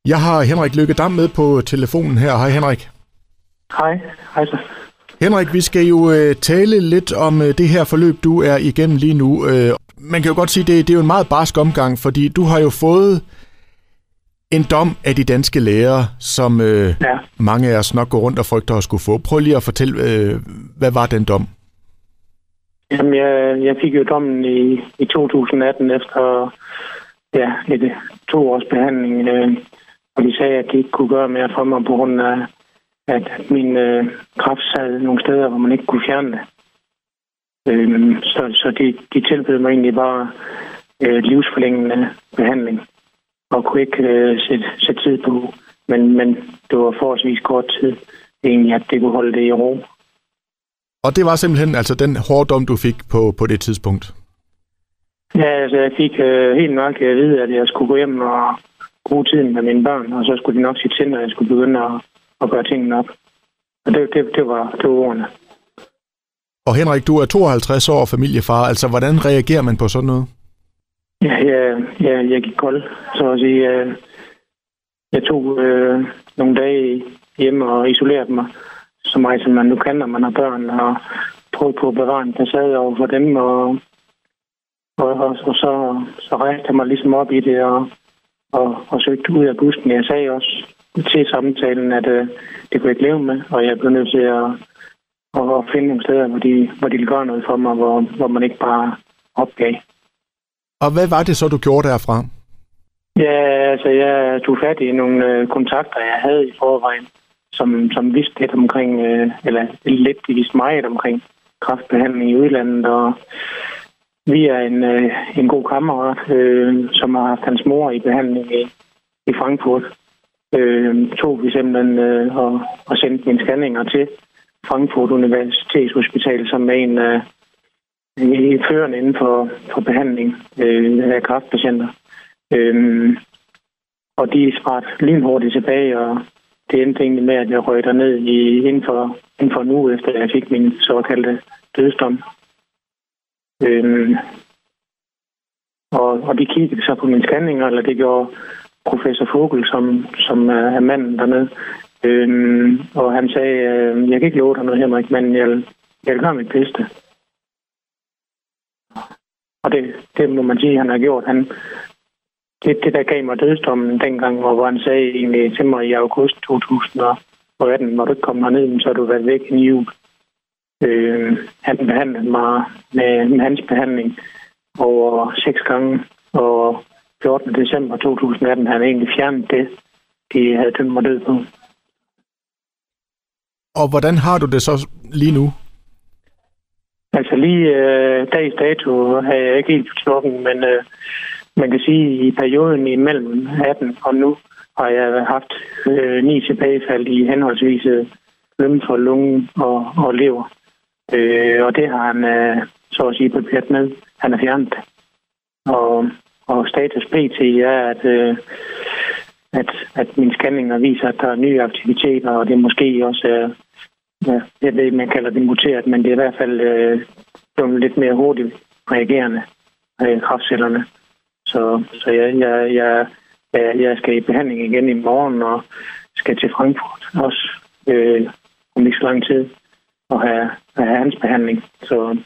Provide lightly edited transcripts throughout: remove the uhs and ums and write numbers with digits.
Jeg har Henrik Lykke Dam med på telefonen her. Hej Henrik. Hej så. Henrik, vi skal jo tale lidt om det her forløb, du er igennem lige nu. Man kan jo godt sige, at det er jo en meget barsk omgang, fordi du har jo fået en dom af de danske læger, som mange af os nok går rundt og frygter at skulle få. Prøv lige at fortælle, hvad var den dom? Jamen, jeg fik jo dommen i 2018 efter et 2 års behandling, og de sagde, at de ikke kunne gøre mere for mig på grund af, at min kræft sad nogle steder, hvor man ikke kunne fjerne det. Så de tilbød mig egentlig bare livsforlængende behandling, og kunne ikke sætte tid på. Men det var forholdsvis kort tid, egentlig, at det kunne holde det i ro. Og det var simpelthen altså den hårde dom, du fik på det tidspunkt? Ja, altså jeg fik helt nok at vide, at jeg skulle gå hjem og bruge tiden med mine børn, og så skulle de nok sige til, at jeg skulle begynde at gøre tingene op. Og det var ordene. Og Henrik, du er 52 år og familiefar. Altså, hvordan reagerer man på sådan noget? Jeg gik kold, så at sige. Jeg tog nogle dage hjemme og isolerede mig så meget, som man nu kan, når man har børn, og prøvede på at bevare en facade over for dem, og så rejste jeg mig ligesom op i det, og søgte ud af busken. Jeg sagde også til samtalen, at det kunne jeg ikke leve med, og jeg blev nødt til at finde nogle steder, hvor de ville gøre noget for mig, hvor man ikke bare opgav. Og hvad var det så, du gjorde derfra? Ja, altså jeg tog fat i nogle kontakter, jeg havde i forvejen, som vidste lidt omkring, de vidste meget omkring kræftbehandling i udlandet, og vi er en god kammerat, som har haft hans mor i behandling i Frankfurt. Tog vi simpelthen og sendte mine scanninger til Frankfurt Universitetshospital, som er en af førende inden for behandling af kræftpatienter. Og de svarede lynhurtigt tilbage, og det endte egentlig med, at jeg røg derned inden for en uge, efter jeg fik min såkaldte dødsdom. Og de kiggede så på mine scanninger, eller det gjorde professor Vogel, som er manden dernede. Og han sagde, jeg kan ikke love dig noget, Henrik, men jeg vil gøre mit bedste. Og det må man sige, han har gjort. Det der gav mig dødsdommen dengang, hvor han sagde egentlig til mig i august 2018, når du ikke kom herned, så har du været væk en jul. Han behandlede mig med hans behandling over 6 gange, og 14. december 2018 havde han egentlig fjernet det, de havde dømt mig død på. Og hvordan har du det så lige nu? Altså lige dags dato har jeg ikke helt forstået, men man kan sige, at i perioden imellem 18 og nu har jeg haft 9 tilbagefald i henholdsvis lymfe, lunge og lever. Og det har han så at sige papireret med. Han har fjernet det. Og status PT er, at mine scanninger viser, at der er nye aktiviteter, og det måske også er, jeg ved ikke, man kalder det muteret, men det er i hvert fald lidt mere hurtigt reagerende kræftcellerne. Så jeg skal i behandling igen i morgen, og skal til Frankfurt også om ikke så lang tid, og have hans behandling. Så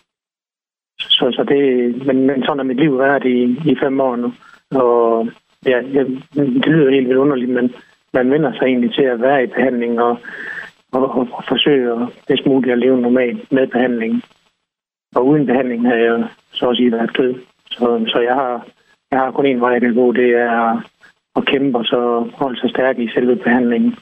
det, men sådan har mit liv været i 5 år nu. Og det lyder helt vildt underligt, men man vender sig egentlig til at være i behandling og forsøge bedst muligt at leve normalt med behandlingen. Og uden behandling har jeg så at sige været død. Så jeg har kun en vej at gå, det er at kæmpe og så holde sig stærk i selve behandlingen.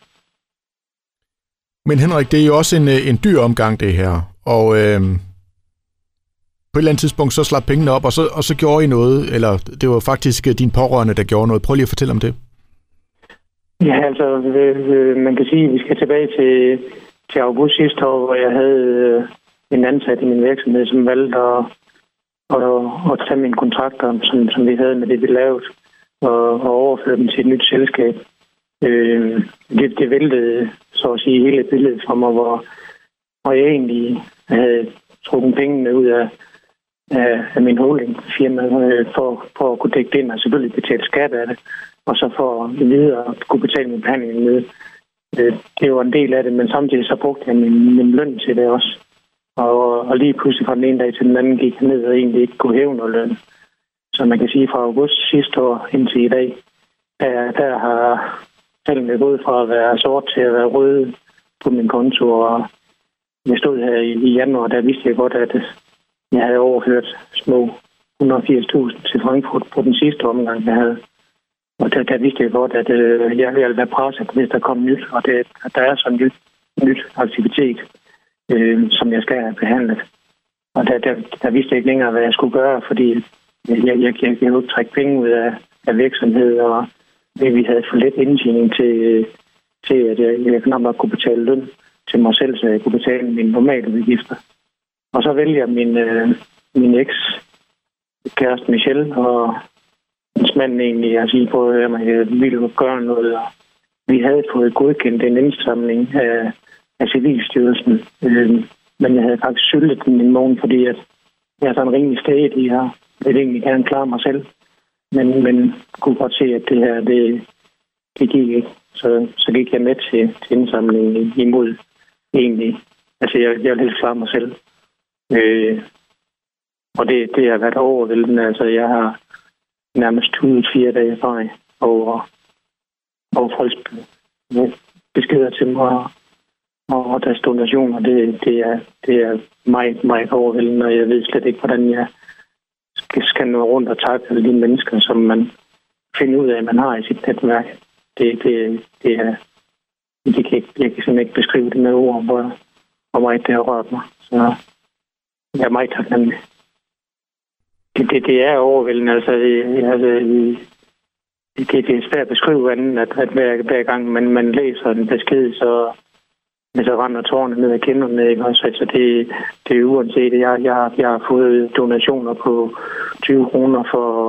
Men Henrik, det er jo også en dyr omgang, det her. Og på et eller andet tidspunkt, så slap pengene op, og så gjorde I noget, eller det var faktisk din pårørende, der gjorde noget. Prøv lige at fortælle om det. Ja, altså, man kan sige, at vi skal tilbage til august sidste år, hvor jeg havde en ansat i min virksomhed, som valgte at tage mine kontrakter, som vi havde med det, vi lavede, og overføre dem til et nyt selskab. Det væltede, så at sige, hele billedet for mig, hvor jeg egentlig havde trukket pengene ud af min holdingfirma for at kunne dække det ind og selvfølgelig betale skat af det. og så for videre at kunne betale min behandling med. Det var en del af det, men samtidig så brugte jeg min løn til det også. Og lige pludselig fra den ene dag til den anden gik jeg ned og egentlig ikke kunne hæve noget løn. Så man kan sige fra august sidste år indtil i dag, der har tallene gået fra at være sort til at være røde på min konto. Og jeg stod her i januar, der vidste jeg godt, at jeg havde overført små 180.000 til Frankfurt på den sidste omgang, jeg havde. Og der vidste jeg godt, at jeg ville være presset, hvis der kom nyt. Og der er sådan nyt aktivitet, som jeg skal have behandlet. Og der vidste jeg ikke længere, hvad jeg skulle gøre, fordi jeg kunne ikke trække penge ud af virksomhed, og vi havde for lidt indtjening til at jeg knap nok kunne betale løn til mig selv, så jeg kunne betale mine normale udgifter. Og så vælger min eks-kæreste Michelle og hans mand egentlig at sige på, at jeg ville gøre noget. Og vi havde fået godkendt en indsamling af Civilstyrelsen, men jeg havde faktisk syltet den en morgen, fordi at jeg er sådan rimelig sted i her. Jeg ville egentlig gerne klare mig selv, men kunne godt se, at det her, det gik ikke. Så gik jeg med til indsamlingen imod egentlig. Altså, jeg ville helst klare mig selv. Og det har været overvældende. Altså, jeg har nærmest tudet 4 dage fra over folks beskeder til mig og deres donationer. Det er meget, meget overvældende, og jeg ved slet ikke, hvordan jeg skal nå rundt og takke alle de mennesker, som man finder ud af, at man har i sit netværk. Jeg kan simpelthen ikke beskrive det med ord, hvor meget det har rørt mig. Så jeg er meget taknemmelig. Det er overvældende. Altså, det er svært at beskrive andet, at hver gang man læser en besked, så render tårerne ned ad kinderne. Ikke? Også, altså, det er uanset. Jeg har fået donationer på 20 kroner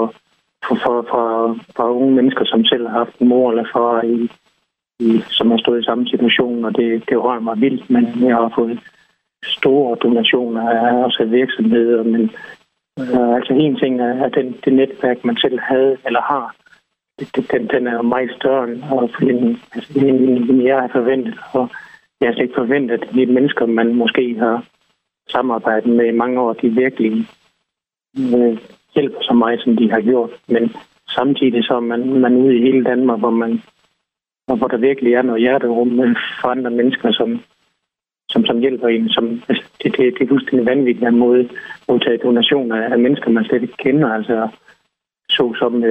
fra unge mennesker, som selv har haft en mor eller far, som har stået i samme situation, og det rører mig vildt, men jeg har fået store donationer af også af virksomheder, men altså en ting er, at det netværk, man selv havde eller har, den er jo meget større, end jeg har forventet, og jeg har slet ikke forventet, at de mennesker, man måske har samarbejdet med i mange år, de virkelig hjælper så meget, som de har gjort. Men samtidig så er man ude i hele Danmark, hvor der virkelig er noget hjerterum for andre mennesker, som hjælper en. Altså, det er fuldstændig vanvittigt at modtage donationer af mennesker, man slet ikke kender. Altså som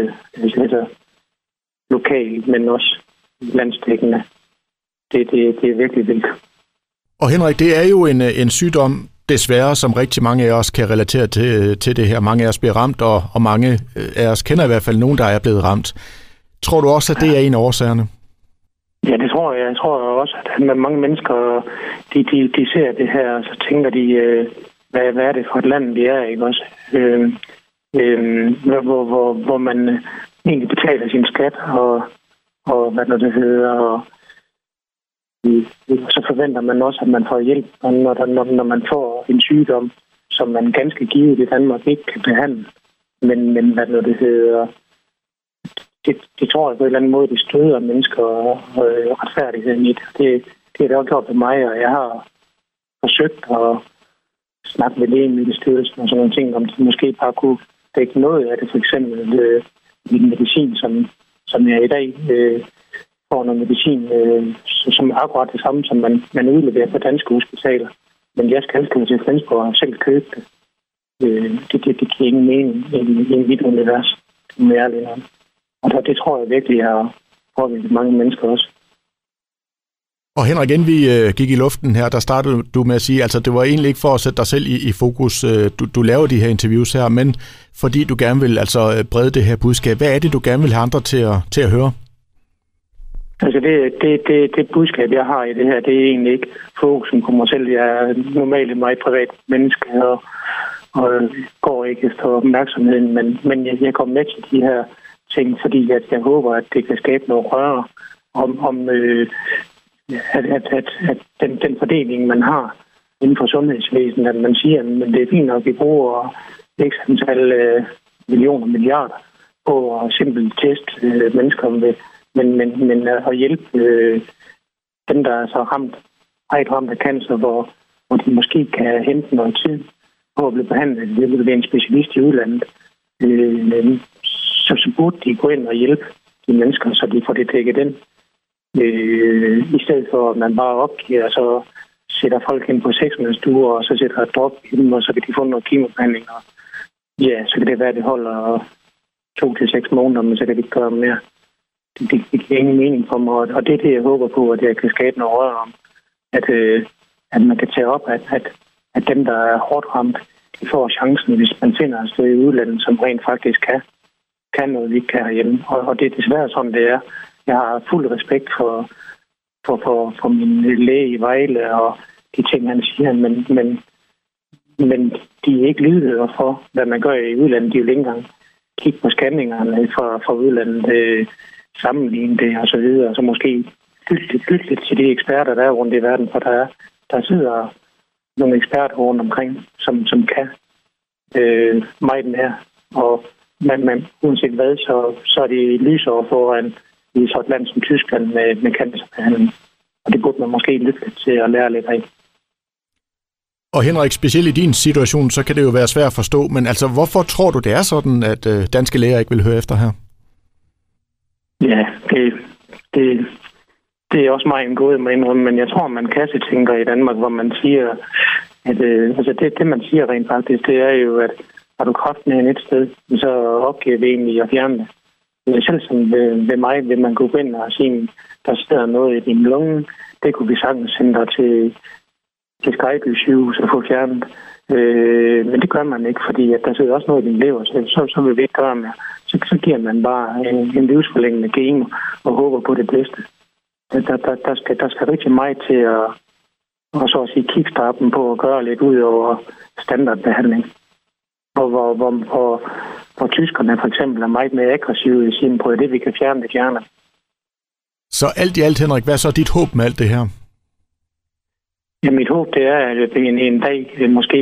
lokalt, men også landsdækkende. Det er virkelig vildt. Og Henrik, det er jo en sygdom, desværre, som rigtig mange af os kan relatere til det her. Mange af os bliver ramt, og mange af os kender i hvert fald nogen, der er blevet ramt. Tror du også, at det er en af årsagerne? Ja, det tror jeg. Jeg tror også, at mange mennesker, de ser det her, og så tænker de, hvad er det for et land, vi er, ikke også? Hvor man egentlig betaler sin skat, og hvad det hedder, og så forventer man også, at man får hjælp, når man får en sygdom, som man ganske givet i Danmark ikke kan behandle. Men hvad det hedder, det tror jeg på en eller anden måde, det støder mennesker og retfærdigheden i det. Det er det også gjort for mig, og jeg har forsøgt at snakke med Lægemiddelstyrelsen og sådan nogle ting, om de måske bare kunne dække noget af det. For eksempel min medicin, som jeg i dag får noget medicin, som er akkurat det samme, som man udleverer på danske hospitaler. Men jeg skal helst til Flensborg og selv købe det. Det giver ingen mening i en vidt univers, med ærlig om. Og det tror jeg virkelig har påvirket mange mennesker også. Og Henrik, inden vi gik i luften her, der startede du med at sige, altså det var egentlig ikke for at sætte dig selv i fokus, du laver de her interviews her, men fordi du gerne vil altså brede det her budskab. Hvad er det, du gerne vil have andre til at høre? Altså det budskab, jeg har i det her, det er egentlig ikke fokusen på mig selv. Jeg er normalt et meget privat menneske, og går ikke efter opmærksomheden, men jeg kommer med til de her ting, fordi at jeg håber, at det kan skabe noget røre om at den fordeling, man har inden for sundhedsvæsenet, at man siger, at det er fint nok, at vi bruger x antal millioner milliarder på at simpelt teste mennesker men at hjælpe dem, der er så ramt af cancer, hvor de måske kan hente noget tid på at blive behandlet ved en specialist i udlandet. Så burde de gå ind og hjælpe de mennesker, så de får det dækket ind. I stedet for, at man bare opgiver, og så sætter folk ind på 6 stuer, og så sætter et drop i dem, og så kan de få noget kemobehandling. Og ja, så kan det være, at det holder 2 til 6 måneder, men så kan de ikke gøre mere. Det giver ingen mening for mig, og det er det, jeg håber på, at jeg kan skabe noget rør om. At man kan tage op, at dem, der er hårdt ramt, de får chancen, hvis man finder et sted i udlandet, som rent faktisk kan noget, vi ikke kan herhjemme. Og det er desværre sådan, det er. Jeg har fuld respekt for min læge i Vejle og de ting, han siger, men de er ikke lydhøre for, hvad man gør i udlandet. De vil ikke engang kigge på scanningerne fra udlandet, sammenligne det og så videre, og så måske lytte lidt til de eksperter, der er rundt i verden, for der sidder nogle eksperter rundt omkring, som kan meget mere. Og man uanset hvad, så er de lysere foran i så et land som Tyskland med cancerbehandling. Og det burde man måske lytte lidt til at lære lidt af. Og Henrik, specielt i din situation, så kan det jo være svært at forstå, men altså, hvorfor tror du, det er sådan, at danske læger ikke vil høre efter her? Ja, det er også meget en god med indrømme, men jeg tror, man kassetænker i Danmark, hvor man siger, at det man siger rent faktisk, det er jo, at har du kræften et sted, så opgiver vi egentlig at fjerne det. Men selv som ved mig vil man gå ind og sige, der sidder noget i din lunge, det kunne vi sagtens sende dig til Skyby sygehus og få fjernet. Men det gør man ikke, fordi at der sidder også noget i din lever, så vil vi ikke gøre mere. Så giver man bare en livsforlængende kemo og håber på det bedste. Der skal rigtig meget til at så at sige kickstarte dem på at gøre lidt ud over standardbehandling. Og hvor tyskerne for eksempel er meget mere aggressive i sin på det, vi kan fjerne, det fjerner. Så alt i alt, Henrik, hvad er så dit håb med alt det her? Ja, mit håb det er, at en dag måske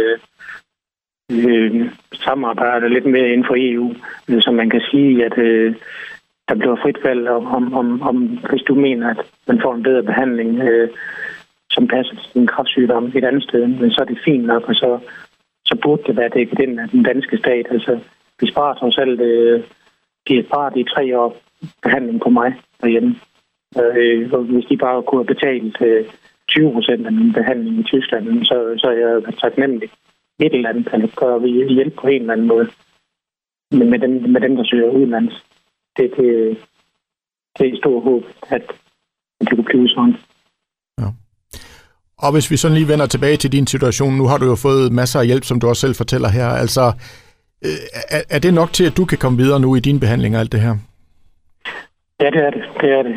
samarbejde lidt mere inden for EU, så man kan sige, at der bliver frit valg om hvis du mener, at man får en bedre behandling, som passer til en kræftsygdom et andet sted, men så er det fint nok, og så burde det være dækket ind af den danske stat. Altså, vi sparer trods alt de 3 år behandling på mig derhjemme. Hvis de bare kunne have betalt 20% af min behandling i Tyskland, så er jeg taknemmelig et eller andet, eller gør vi hjælp på en eller anden måde. Men med dem der søger udenlands, det er et stort håb, at det kunne blive sådan. Ja. Og hvis vi sådan lige vender tilbage til din situation, nu har du jo fået masser af hjælp, som du også selv fortæller her. Altså, er det nok til, at du kan komme videre nu i din behandling og alt det her? Ja, det er det.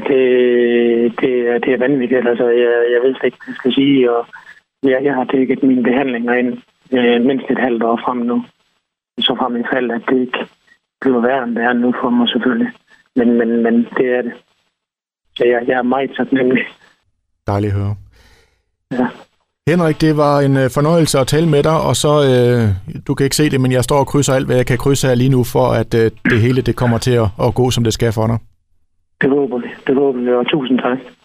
Det er vanvittigt. Altså, jeg ved ikke, hvad jeg skal sige, og jeg har dækket mine behandlinger ind mindst et halvt år frem nu. Så fra min fald, at det ikke bliver værre, end det er nu for mig selvfølgelig. Men det er det. Så jeg er meget taknemmelig. Dejligt at høre. Ja. Henrik, det var en fornøjelse at tale med dig, og så, du kan ikke se det, men jeg står og krydser alt, hvad jeg kan krydse her lige nu, for at det hele det kommer til at gå, som det skal for dig. Det håber vi, og tusind tak.